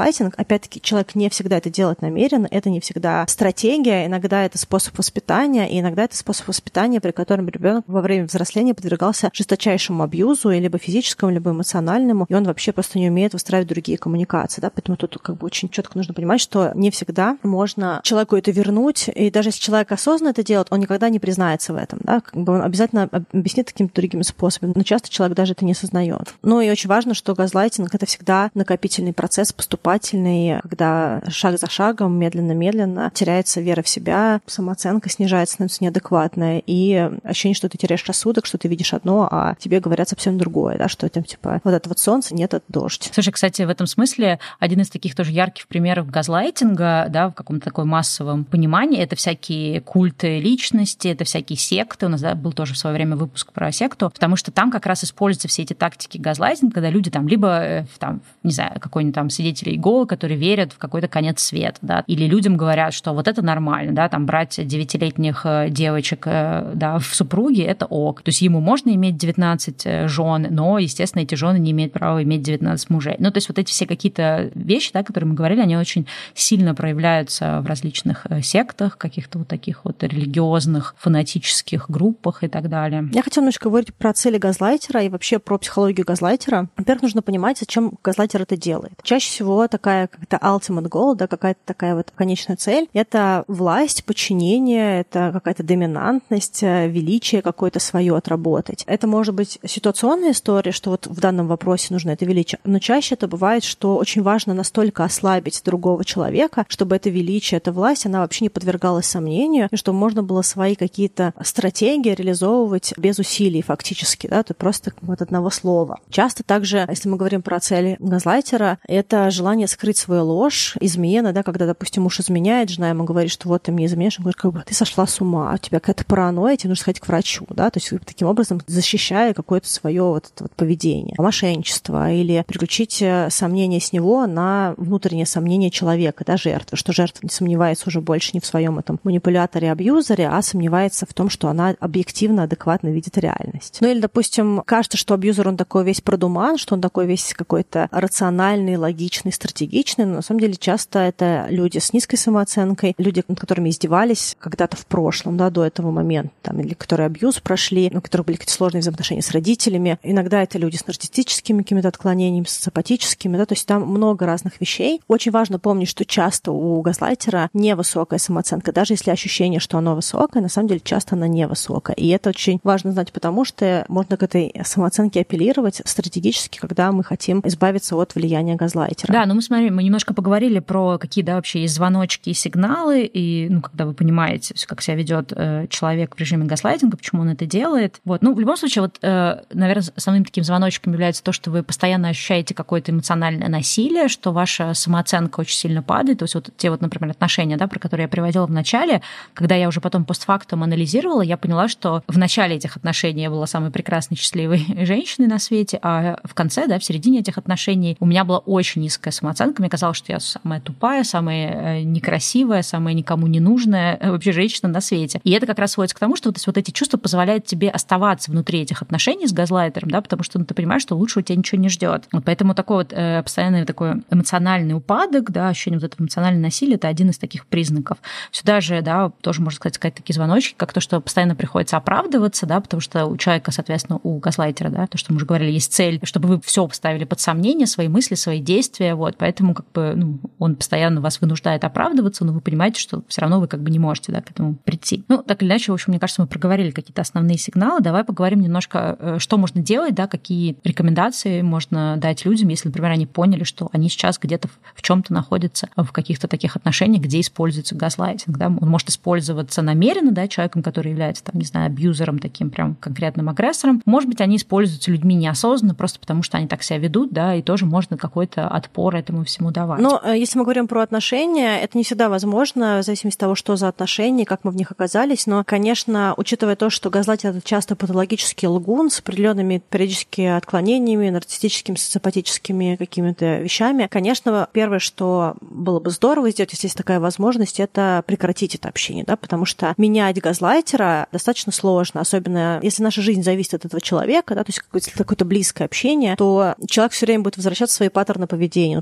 газлайтинг. Опять-таки, человек не всегда это делает намеренно, это не всегда стратегия, иногда это способ воспитания, и иногда это способ воспитания, при котором ребенок во время взросления подвергался жесточайшему абьюзу, либо физическому, либо эмоциональному, и он вообще просто не умеет выстраивать другие коммуникации, да, поэтому тут как бы очень четко нужно понимать, что не всегда можно человеку это вернуть, и даже если человек осознанно это делает, он никогда не признается в этом, да, как бы он обязательно объяснит каким-то другим способом, но часто человек даже это не осознает. Ну и очень важно, что газлайтинг — это всегда накопительный процесс, поступательный, когда шаг за шагом, медленно-медленно теряется вера в себя, самооценка снижается, становится неадекватная, и ощущение, что ты теряешь рассудок, что ты видишь одно, а тебе говорят совсем другое, да, что там типа вот это вот солнце, нет, это дождь. Слушай, кстати, в этом смысле один из таких тоже ярких примеров газлайтинга, да, в каком-то таком массовом понимании, это всякие культы личности, это всякие секты. У нас, да, был тоже в свое время выпуск про секту, потому что там как раз используются все эти тактики газлайтинга, когда люди там либо, там, не знаю, какой-нибудь там свидетель Иеговы, которые верят в какой-то конец света, да, или людям говорят, что вот это нормально, да, там брать девятилетних девочек, да, в супруги, это ок. То есть ему можно иметь девятнадцать жен, но, естественно, эти жены не имеют права иметь девятнадцать мужей. Ну, то есть вот эти все какие-то вещи, да, которые мы говорили, они очень сильно проявляются в различных сектах, каких-то вот таких вот религиозных, фанатических группах и так далее. Я хотела немножко говорить про цели газлайтера и вообще про психологию газлайтера. Во-первых, нужно понимать, зачем газлайтер это делает. Чаще всего такая как-то ultimate goal, да, какая-то такая вот конечная цель — это власть, подчинение, это какая-то доминантность, величие какое-то свое отработать. Это может быть ситуационная история, что вот в данном вопросе нужно это величие, но чаще это бывает, что очень важно настолько ослабить другого человека, чтобы это величие, эта власть, она вообще не подвергалась сомнению, и чтобы можно было свои какие-то стратегии реализовывать без усилий фактически, да, то просто от одного слова. Часто также, если мы говорим про цели газлайтера, это желание скрыть свою ложь, измена, да, когда, допустим, муж изменяет, жена ему говорит, что вот ты мне изменяешь, он говорит, как бы ты сошла с ума, у тебя какая-то паранойя, тебе нужно сходить к врачу, да, то есть таким образом защищая какое-то свое вот это вот поведение, мошенничество, или переключить сомнение с него на внутреннее сомнение человека, да, жертвы, что жертва не сомневается уже больше не в своем этом манипуляторе, абьюзере, а сомневается в том, что она объективно, адекватно видит реальность. Ну или, допустим, кажется, что абьюзер, он такой весь продуман, что он такой весь какой-то рациональный, логичный, стратегичный, но на самом деле часто это люди с низкой самооценкой, люди, над которыми издевались когда-то в прошлом, да, до этого момента, там, или которые абьюз прошли, у которых были какие-то сложные взаимоотношения с родителями. Иногда это люди с нарциссическими какими-то отклонениями, социопатическими, да, то есть там много разных вещей. Очень важно помнить, что часто у газлайтера невысокая самооценка, даже если ощущение, что оно высокое, на самом деле часто она невысокая. И это очень важно знать, потому что можно к этой самооценке апеллировать стратегически, когда мы хотим избавиться от влияния газлайтера. Да, ну мы смотрим, мы немножко поговорили про какие, да, вообще есть звоночки и сигналы, и, ну, когда вы понимаете, как себя ведет человек в режиме газлайтинга, почему он это делает. Вот. Ну, в любом случае, вот, наверное, основным таким звоночком является то, что вы постоянно ощущаете какое-то эмоциональное насилие, что ваша самооценка очень сильно падает. То есть вот те вот, например, отношения, да, про которые я приводила в начале, когда я уже потом постфактум анализировала, я поняла, что в начале этих отношений я была самой прекрасной, счастливой женщиной на свете, а в конце, да, в середине этих отношений у меня была очень низкая самооценка. Мне казалось, что я самая тупая, самая некрасивая, самая никому не нужная вообще женщина на свете. И это как раз сводится к тому, что вот, вот эти чувства позволяют тебе оставаться внутри этих отношений с газлайтером, да, потому что ну, ты понимаешь, что лучше у тебя ничего не ждет. Вот поэтому такой вот э, постоянный такой эмоциональный упадок, да, ощущение вот этого эмоционального насилия, это один из таких признаков. Сюда же, да, тоже можно сказать, сказать такие звоночки, как то, что постоянно приходится оправдываться, да, потому что у человека, соответственно, у газлайтера, да, то, что мы уже говорили, есть цель, чтобы вы все поставили под сомнение, свои мысли, свои действия, вот, поэтому как бы, ну, он постоянно вас вынуждает оправдываться, но вы понимаете, что все равно вы как бы не можете, да, к этому прийти. Ну, так или иначе, в общем, мне кажется, мы проговорили какие-то основные сигналы. Давай поговорим немножко, что можно делать, да, какие рекомендации можно дать людям, если, например, они поняли, что они сейчас где-то в чем-то находятся в каких-то таких отношениях, где используется газлайтинг, да, он может использоваться намеренно, да, человеком, который является, там, не знаю, абьюзером, таким прям конкретным агрессором. Может быть, они используются людьми неосознанно, просто потому что они так себя ведут, да, и тоже можно какой-то отпор этому всему давать. Но если мы говорим про отношения, это не всегда возможно, в зависимости от того, что за отношения, как мы в них оказались, но, конечно, учитывая то, что газлайтер — это часто патологический лгун с определенными периодически отклонениями, нарциссическими, социопатическими какими-то вещами, конечно, первое, что было бы здорово сделать, если есть такая возможность, это прекратить это общение, да, потому что менять газлайтера достаточно сложно, особенно если наша жизнь зависит от этого человека, да, то есть какое-то, какое-то близкое общение, то человек все время будет возвращаться в свои паттерны поведения, он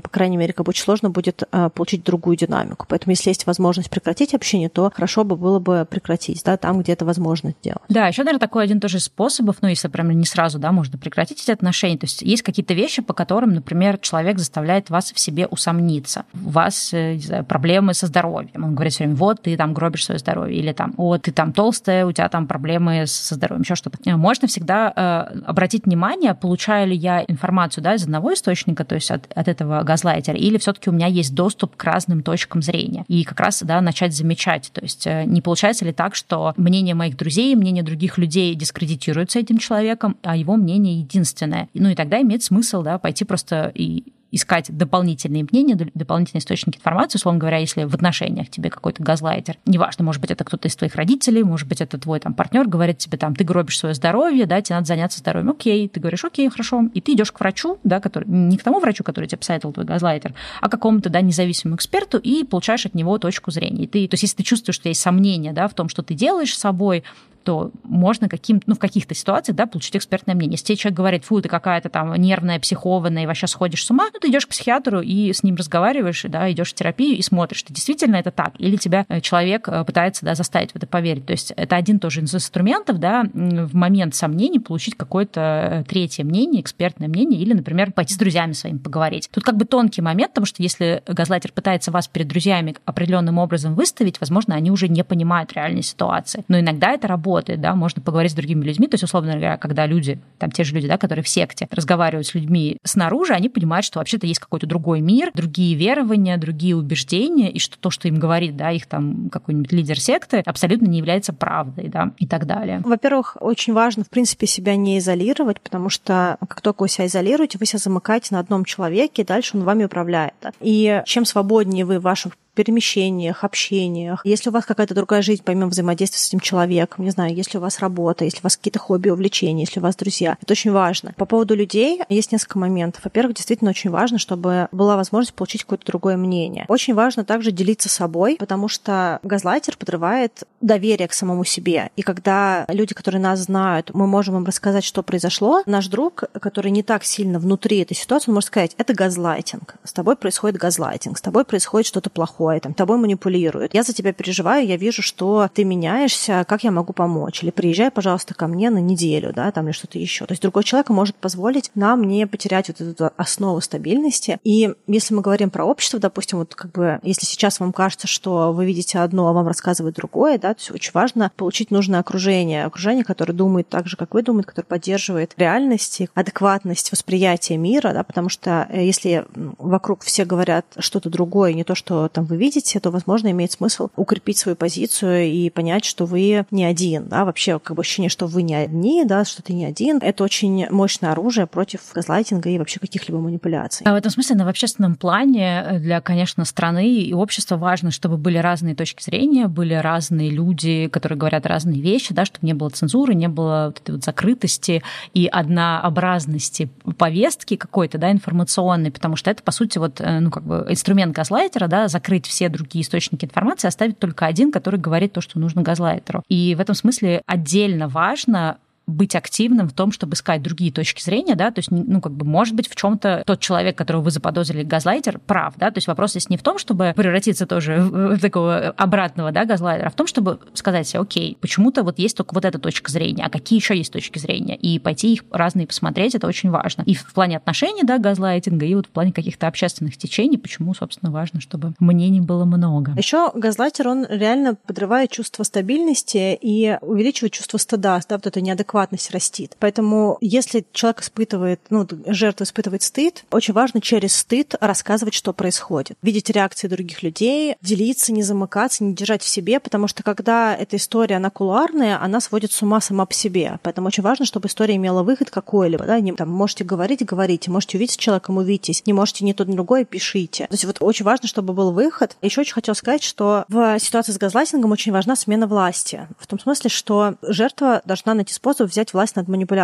по крайней мере, как бы очень сложно будет а, получить другую динамику. Поэтому если есть возможность прекратить общение, то хорошо бы было бы прекратить, да, там, где это возможно сделать. Да, еще, наверное, такой один тоже из способов, ну, если прям не сразу, да, можно прекратить эти отношения. То есть есть какие-то вещи, по которым, например, человек заставляет вас в себе усомниться. У вас, не знаю, проблемы со здоровьем. Он говорит все время, вот, ты там гробишь свое здоровье. Или там, вот, ты там толстая, у тебя там проблемы со здоровьем, еще что-то. Можно всегда э, обратить внимание, получаю ли я информацию, да, из одного источника, то есть от, от этого газлайтера, или все-таки у меня есть доступ к разным точкам зрения. И как раз, да, начать замечать. То есть не получается ли так, что мнение моих друзей, мнение других людей дискредитируется этим человеком, а его мнение единственное. Ну и тогда имеет смысл, да, пойти просто и искать дополнительные мнения, дополнительные источники информации, условно говоря, если в отношениях тебе какой-то газлайтер, неважно, может быть, это кто-то из твоих родителей, может быть, это твой там партнер говорит тебе, там, ты гробишь свое здоровье, да, тебе надо заняться здоровьем. Окей, ты говоришь, окей, хорошо, и ты идешь к врачу, да, который, не к тому врачу, который тебе посоветовал твой газлайтер, а к какому-то, да, независимому эксперту, и получаешь от него точку зрения. И ты, то есть если ты чувствуешь, что есть сомнения, да, в том, что ты делаешь с собой, то можно каким, ну, в каких-то ситуациях, да, получить экспертное мнение. Если тебе человек говорит, фу, ты какая-то там нервная, психованная, и вообще сходишь с ума, ну, ты идешь к психиатру и с ним разговариваешь, да, идешь в терапию и смотришь, что действительно это так, или тебя человек пытается, да, заставить в это поверить. То есть это один тоже из инструментов, да, в момент сомнений получить какое-то третье мнение, экспертное мнение, или, например, пойти с друзьями своими поговорить. Тут как бы тонкий момент, потому что если газлайтер пытается вас перед друзьями определенным образом выставить, возможно, они уже не понимают реальной ситуации. Но иногда это работает. Да, можно поговорить с другими людьми, то есть, условно говоря, когда люди, там те же люди, да, которые в секте разговаривают с людьми снаружи, они понимают, что вообще-то есть какой-то другой мир, другие верования, другие убеждения, и что то, что им говорит, да, их там какой-нибудь лидер секты, абсолютно не является правдой, да, и так далее. Во-первых, очень важно, в принципе, себя не изолировать, потому что как только вы себя изолируете, вы себя замыкаете на одном человеке, и дальше он вами управляет. И чем свободнее вы в ваших перемещениях, общениях. Если у вас какая-то другая жизнь, помимо взаимодействия с этим человеком, не знаю, если у вас работа, если у вас какие-то хобби, увлечения, если у вас друзья, это очень важно. По поводу людей есть несколько моментов. Во-первых, действительно очень важно, чтобы была возможность получить какое-то другое мнение. Очень важно также делиться собой, потому что газлайтер подрывает доверие к самому себе. И когда люди, которые нас знают, мы можем им рассказать, что произошло, наш друг, который не так сильно внутри этой ситуации, он может сказать, это газлайтинг. С тобой происходит газлайтинг, с тобой происходит что-то плохое, там, тобой манипулируют. Я за тебя переживаю, я вижу, что ты меняешься, как я могу помочь? Или приезжай, пожалуйста, ко мне на неделю, да, там, или что-то еще. То есть другой человек может позволить нам не потерять вот эту основу стабильности. И если мы говорим про общество, допустим, вот как бы, если сейчас вам кажется, что вы видите одно, а вам рассказывают другое, да, то есть очень важно получить нужное окружение. Окружение, которое думает так же, как вы думаете, которое поддерживает реальность, адекватность восприятия мира, да, потому что если вокруг все говорят что-то другое, не то, что там вы видите, то, возможно, имеет смысл укрепить свою позицию и понять, что вы не один, да, вообще как бы ощущение, что вы не одни, да, что ты не один, это очень мощное оружие против газлайтинга и вообще каких-либо манипуляций. А в этом смысле, в общественном плане для, конечно, страны и общества важно, чтобы были разные точки зрения, были разные люди, которые говорят разные вещи, да, чтобы не было цензуры, не было вот этой вот закрытости и однообразности повестки какой-то, да, информационной, потому что это, по сути, вот, ну, как бы инструмент газлайтера, да, закрыть все другие источники информации, оставить только один, который говорит то, что нужно газлайтеру. И в этом смысле отдельно важно быть активным в том, чтобы искать другие точки зрения, да, то есть, ну, как бы, может быть, в чем-то тот человек, которого вы заподозрили, газлайтер, прав, да, то есть вопрос здесь не в том, чтобы превратиться тоже в такого обратного, да, газлайтера, а в том, чтобы сказать себе, окей, почему-то вот есть только вот эта точка зрения, а какие еще есть точки зрения, и пойти их разные посмотреть, это очень важно. И в плане отношений, да, газлайтинга, и вот в плане каких-то общественных течений, почему, собственно, важно, чтобы мнений было много. Еще газлайтер, он реально подрывает чувство стабильности и увеличивает чувство стыда, да, вот это неадекватность растит. Поэтому если человек испытывает, ну, жертва испытывает стыд, очень важно через стыд рассказывать, что происходит. Видеть реакции других людей, делиться, не замыкаться, не держать в себе, потому что когда эта история, она кулуарная, она сводит с ума сама по себе. Поэтому очень важно, чтобы история имела выход какой-либо. Да? Не, там, можете говорить, говорите, можете увидеть с человеком, увидитесь, не можете ни то, ни другое, пишите. То есть вот очень важно, чтобы был выход. Еще очень хотела сказать, что в ситуации с газлайтингом очень важна смена власти. В том смысле, что жертва должна найти способ взять власть над манипулятором.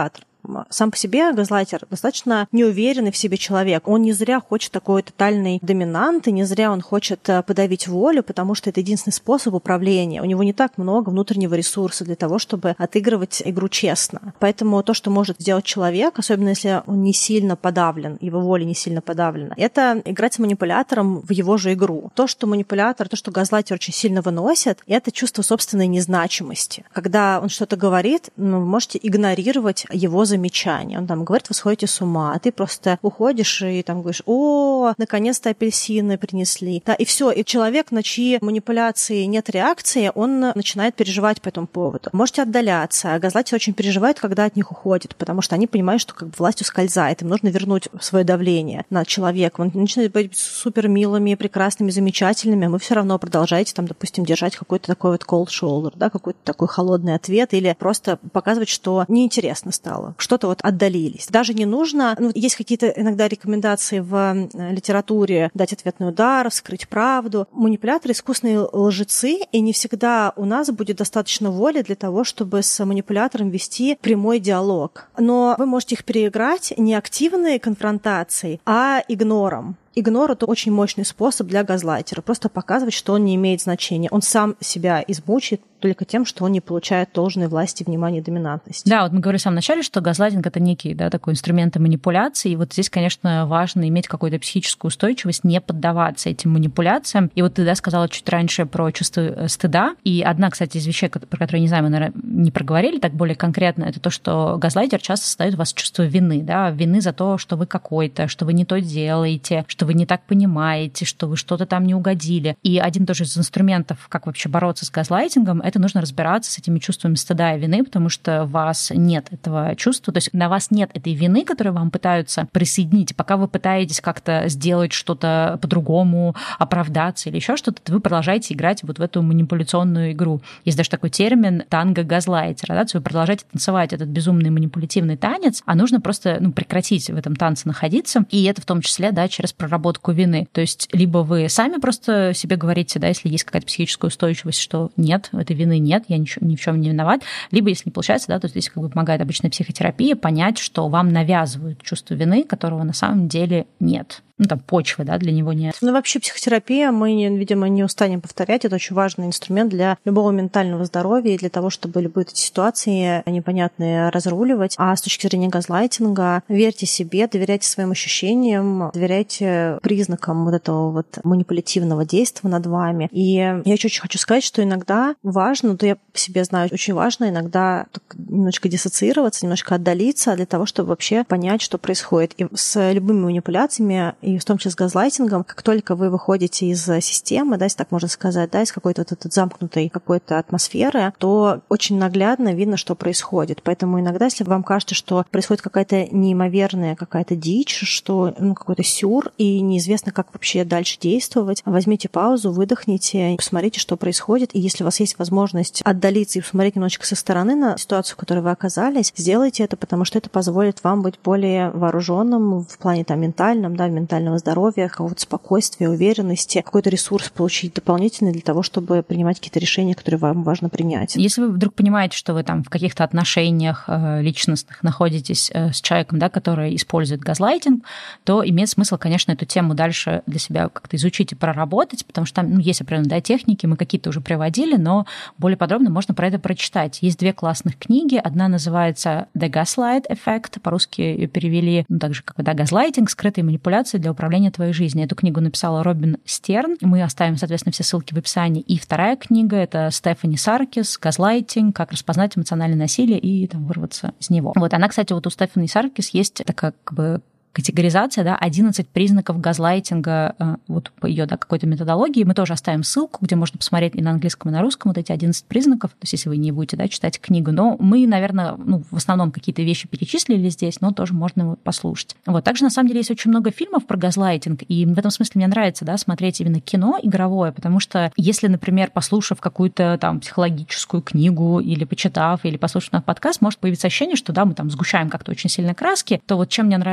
Сам по себе газлайтер достаточно неуверенный в себе человек. Он не зря хочет такой тотальной доминанты, не зря он хочет подавить волю, потому что это единственный способ управления. У него не так много внутреннего ресурса для того, чтобы отыгрывать игру честно. Поэтому то, что может сделать человек, особенно если он не сильно подавлен, его воля не сильно подавлена, это играть с манипулятором в его же игру. То, что манипулятор, то, что газлайтер очень сильно выносит, это чувство собственной незначимости. Когда он что-то говорит, ну, вы можете игнорировать его замечания. Он там говорит, вы сходите с ума, а ты просто уходишь и там говоришь, о, наконец-то апельсины принесли. Да, и все. И человек, на чьи манипуляции нет реакции, он начинает переживать по этому поводу. Можете отдаляться. Газлайтер очень переживает, когда от них уходит, потому что они понимают, что как бы власть ускользает, им нужно вернуть свое давление на человека. Он начинает быть супер милыми, прекрасными, замечательными, а вы все равно продолжаете, там, допустим, держать какой-то такой вот cold shoulder, да, какой-то такой холодный ответ, или просто показывать, что неинтересно стало, что-то вот отдалились. Даже не нужно, ну, есть какие-то иногда рекомендации в литературе дать ответный удар, скрыть правду. Манипуляторы — искусные лжецы, и не всегда у нас будет достаточно воли для того, чтобы с манипулятором вести прямой диалог. Но вы можете их переиграть не активной конфронтацией, а игнором. Игнор — это очень мощный способ для газлайтера. Просто показывать, что он не имеет значения. Он сам себя измучит только тем, что он не получает должной власти, внимания и доминантности. Да, вот мы говорили в самом начале, что газлайтинг — это некий, да, такой инструмент манипуляции. И вот здесь, конечно, важно иметь какую-то психическую устойчивость, не поддаваться этим манипуляциям. И вот ты, да, сказала чуть раньше про чувство стыда. И одна, кстати, из вещей, про которые, не знаю, мы, наверное, не проговорили так более конкретно, это то, что газлайтер часто создает у вас чувство вины, да, вины за то, что вы какой-то, что вы не то делаете, что вы не так понимаете, что вы что-то там не угодили. И один тоже из инструментов, как вообще бороться с газлайтингом, это нужно разбираться с этими чувствами стыда и вины, потому что у вас нет этого чувства, то есть на вас нет этой вины, которую вам пытаются присоединить. Пока вы пытаетесь как-то сделать что-то по-другому, оправдаться или еще что-то, вы продолжаете играть вот в эту манипуляционную игру. Есть даже такой термин танго газлайтера, да, то есть вы продолжаете танцевать этот безумный манипулятивный танец, а нужно просто, ну, прекратить в этом танце находиться, и это в том числе, да, через проработку вины. То есть либо вы сами просто себе говорите, да, если есть какая-то психическая устойчивость, что нет, этой вины нет, я ничего, ни в чем не виноват, либо, если не получается, да, то здесь как бы помогает обычная психотерапия понять, что вам навязывают чувство вины, которого на самом деле нет. Ну, там, почвы, да, для него нет. Ну, вообще психотерапия, мы, видимо, не устанем повторять, это очень важный инструмент для любого ментального здоровья и для того, чтобы любые эти ситуации непонятные разруливать. А с точки зрения газлайтинга, верьте себе, доверяйте своим ощущениям, доверяйте признакам вот этого вот манипулятивного действия над вами. И я еще очень хочу сказать, что иногда важно, то я по себе знаю, очень важно иногда немножко диссоциироваться, немножко отдалиться для того, чтобы вообще понять, что происходит. И с любыми манипуляциями, и в том числе с газлайтингом, как только вы выходите из системы, да, если так можно сказать, да, из какой-то вот этой замкнутой какой-то атмосферы, то очень наглядно видно, что происходит. Поэтому иногда, если вам кажется, что происходит какая-то неимоверная какая-то дичь, что, ну, какой-то сюр, и неизвестно, как вообще дальше действовать, возьмите паузу, выдохните, посмотрите, что происходит, и если у вас есть возможность отдалиться и посмотреть немножечко со стороны на ситуацию, в которой вы оказались, сделайте это, потому что это позволит вам быть более вооруженным в плане там ментальном, да, ментальном здоровья, какого-то спокойствия, уверенности, какой-то ресурс получить дополнительный для того, чтобы принимать какие-то решения, которые вам важно принять. Если вы вдруг понимаете, что вы там в каких-то отношениях личностных находитесь с человеком, да, который использует газлайтинг, то имеет смысл, конечно, эту тему дальше для себя как-то изучить и проработать, потому что там, ну, есть определенные, да, техники, мы какие-то уже приводили, но более подробно можно про это прочитать. Есть две классных книги. Одна называется «The Gaslight Effect», по-русски ее перевели, ну, так же, как, да, «Газлайтинг. Скрытые манипуляции для управления твоей жизнью». Эту книгу написала Робин Стерн. Мы оставим, соответственно, все ссылки в описании. И вторая книга — это Стефани Саркис «Газлайтинг. Как распознать эмоциональное насилие и там, вырваться из него». Вот она, кстати, вот у Стефани Саркис есть такая как бы категоризация, да, одиннадцать признаков газлайтинга, вот по ее, да, какой-то методологии. Мы тоже оставим ссылку, где можно посмотреть и на английском, и на русском вот эти одиннадцать признаков, то есть если вы не будете, да, читать книгу. Но мы, наверное, ну, в основном какие-то вещи перечислили здесь, но тоже можно послушать. Вот. Также, на самом деле, есть очень много фильмов про газлайтинг, и в этом смысле мне нравится, да, смотреть именно кино игровое, потому что если, например, послушав какую-то там психологическую книгу или почитав, или послушав наш подкаст, может появиться ощущение, что, да, мы там сгущаем как-то очень сильно краски, то вот чем мне нравится кино,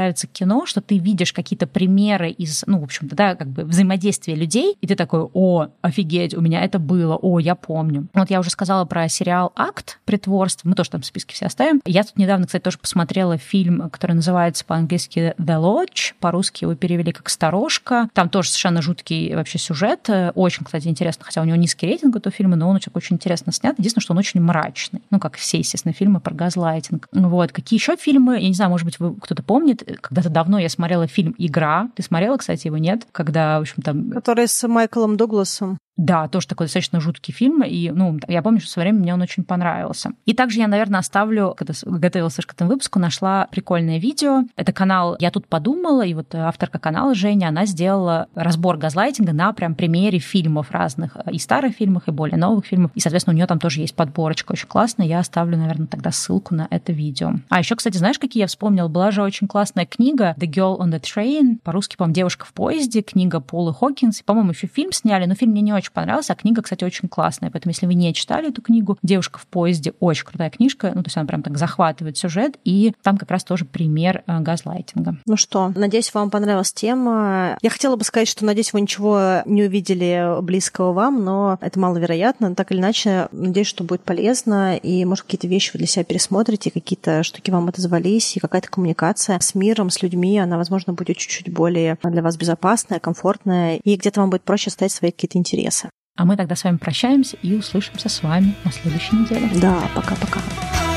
смешно, что ты видишь какие-то примеры из, ну, в общем-то, да, как бы взаимодействия людей, и ты такой: о, офигеть, у меня это было, о, я помню. Вот я уже сказала про сериал «Акт. Притворство», мы тоже там в списке все оставим. Я тут недавно, кстати, тоже посмотрела фильм, который называется по-английски «The Lodge», по-русски его перевели как «Сторожка». Там тоже совершенно жуткий вообще сюжет, очень, кстати, интересно, хотя у него низкий рейтинг этого фильма, но он очень, очень интересно снят. Единственное, что он очень мрачный, ну, как все, естественно, фильмы про газлайтинг. Вот. Какие еще фильмы? Я не знаю, может быть, вы, кто-то помнит, когда-то давно я смотрела фильм «Игра». Ты смотрела, кстати, его, нет? Когда, в общем, там... Который с Майклом Дугласом. Да, тоже такой достаточно жуткий фильм, и, ну, я помню, что в свое время мне он очень понравился. И также я, наверное, оставлю, когда готовилась к этому выпуску, нашла прикольное видео. Это канал «Я тут подумала», и вот авторка канала Женя, она сделала разбор газлайтинга на прям примере фильмов разных, и старых фильмов, и более новых фильмов, и, соответственно, у нее там тоже есть подборочка очень классная, я оставлю, наверное, тогда ссылку на это видео. А еще, кстати, знаешь, какие я вспомнила? Была же очень классная книга «The Girl on the Train», по-русски, по-моему, «Девушка в поезде», книга Полы Хокинс, и, по-моему, еще фильм сняли, но фильм мне не очень понравился, а книга, кстати, очень классная. Поэтому, если вы не читали эту книгу, «Девушка в поезде», очень крутая книжка. Ну, то есть она прям так захватывает сюжет, и там как раз тоже пример газлайтинга. Ну что, надеюсь, вам понравилась тема. Я хотела бы сказать, что, надеюсь, вы ничего не увидели близкого вам, но это маловероятно. Так или иначе, надеюсь, что будет полезно, и, может, какие-то вещи вы для себя пересмотрите, какие-то штуки вам отозвались, и какая-то коммуникация с миром, с людьми, она, возможно, будет чуть-чуть более для вас безопасная, комфортная, и где-то вам будет проще ставить свои какие-то интересы. А мы тогда с вами прощаемся и услышимся с вами на следующей неделе. Да, пока-пока.